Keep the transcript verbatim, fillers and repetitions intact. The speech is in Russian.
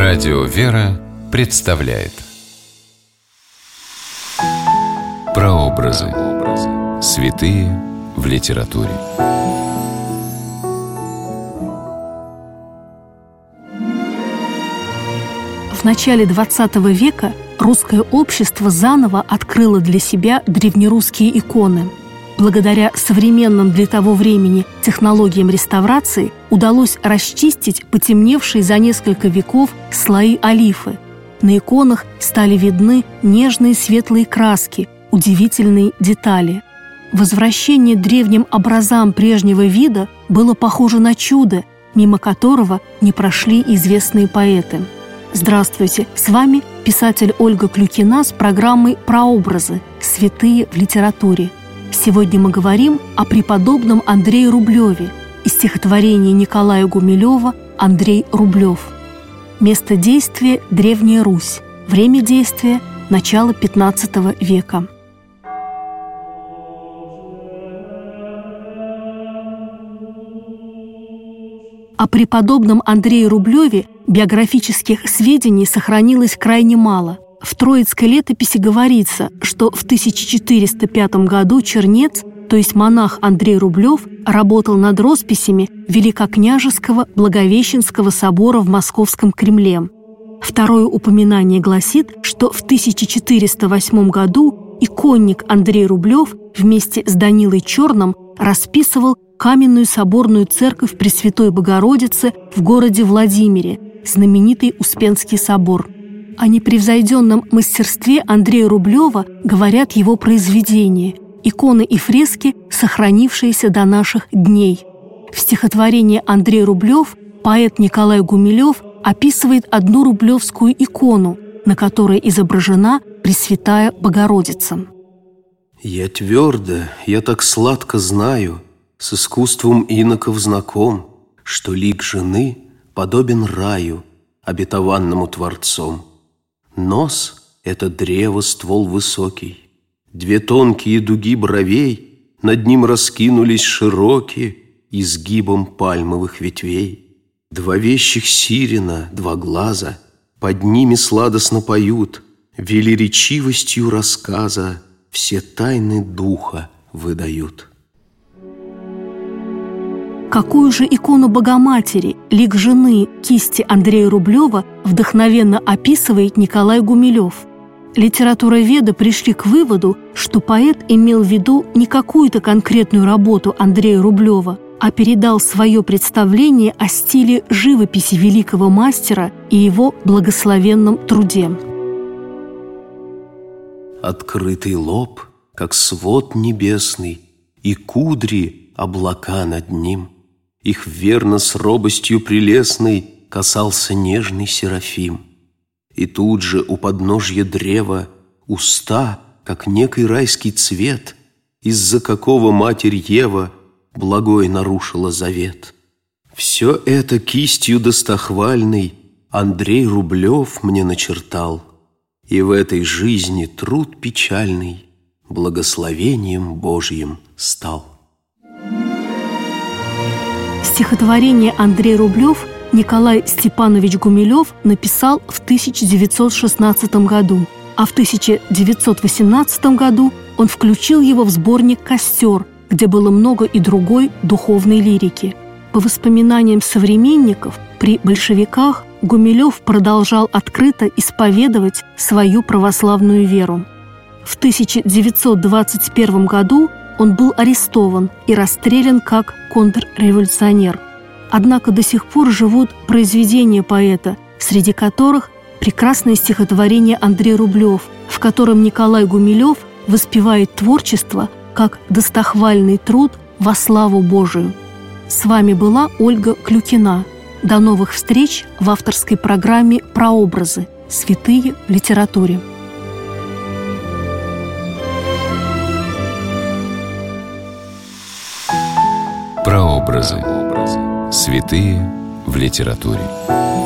Радио «Вера» представляет Прообразы. Святые в литературе. В начале двадцатого века русское общество заново открыло для себя древнерусские иконы. Благодаря современным для того времени технологиям реставрации удалось расчистить потемневшие за несколько веков слои олифы. На иконах стали видны нежные светлые краски, удивительные детали. Возвращение древним образам прежнего вида было похоже на чудо, мимо которого не прошли известные поэты. Здравствуйте! С вами писатель Ольга Клюкина с программой «Прообразы. Святые в литературе». Сегодня мы говорим о преподобном Андрее Рублеве из стихотворения Николая Гумилева «Андрей Рублев». Место действия – Древняя Русь. Время действия – начало пятнадцатого века. О преподобном Андрее Рублеве биографических сведений сохранилось крайне мало. В Троицкой летописи говорится, что в тысяча четыреста пятом году чернец, то есть монах Андрей Рублев, работал над росписями Великокняжеского Благовещенского собора в Московском Кремле. Второе упоминание гласит, что в тысяча четыреста восьмом году иконник Андрей Рублев вместе с Данилой Черным расписывал каменную соборную церковь Пресвятой Богородицы в городе Владимире, знаменитый Успенский собор. О непревзойденном мастерстве Андрея Рублева говорят его произведения, иконы и фрески, сохранившиеся до наших дней. В стихотворении «Андрей Рублев» поэт Николай Гумилев описывает одну рублевскую икону, на которой изображена Пресвятая Богородица. «Я твердо, я так сладко знаю, с искусством иноков знаком, что лик жены подобен раю, обетованному Творцом. Нос — это древо, ствол высокий, две тонкие дуги бровей над ним раскинулись широкие изгибом пальмовых ветвей. Два вещих сирена, два глаза, под ними сладостно поют, велеречивостью рассказа все тайны духа выдают». Какую же икону Богоматери, лик жены, кисти Андрея Рублева вдохновенно описывает Николай Гумилев? Литературоведы пришли к выводу, что поэт имел в виду не какую-то конкретную работу Андрея Рублева, а передал свое представление о стиле живописи великого мастера и его благословенном труде. Открытый лоб, как свод небесный, и кудри облака над ним. Их верно с робостью прелестной касался нежный Серафим. И тут же у подножья древа уста, как некий райский цвет, из-за какого Матерь Ева благой нарушила завет. Все это кистью достохвальной Андрей Рублев мне начертал, и в этой жизни труд печальный благословением Божьим стал. Стихотворение «Андрей Рублев» Николай Степанович Гумилев написал в тысяча девятьсот шестнадцатом году, а в тысяча девятьсот восемнадцатом году он включил его в сборник «Костер», где было много и другой духовной лирики. По воспоминаниям современников, при большевиках Гумилев продолжал открыто исповедовать свою православную веру. В тысяча девятьсот двадцать первом году он был арестован и расстрелян как контрреволюционер. Однако до сих пор живут произведения поэта, среди которых прекрасное стихотворение Андрей Рублев, в котором Николай Гумилев воспевает творчество как достохвальный труд во славу Божию. С вами была Ольга Клюкина. До новых встреч в авторской программе «Прообразы. Святые в литературе». Прообразы. Святые в литературе.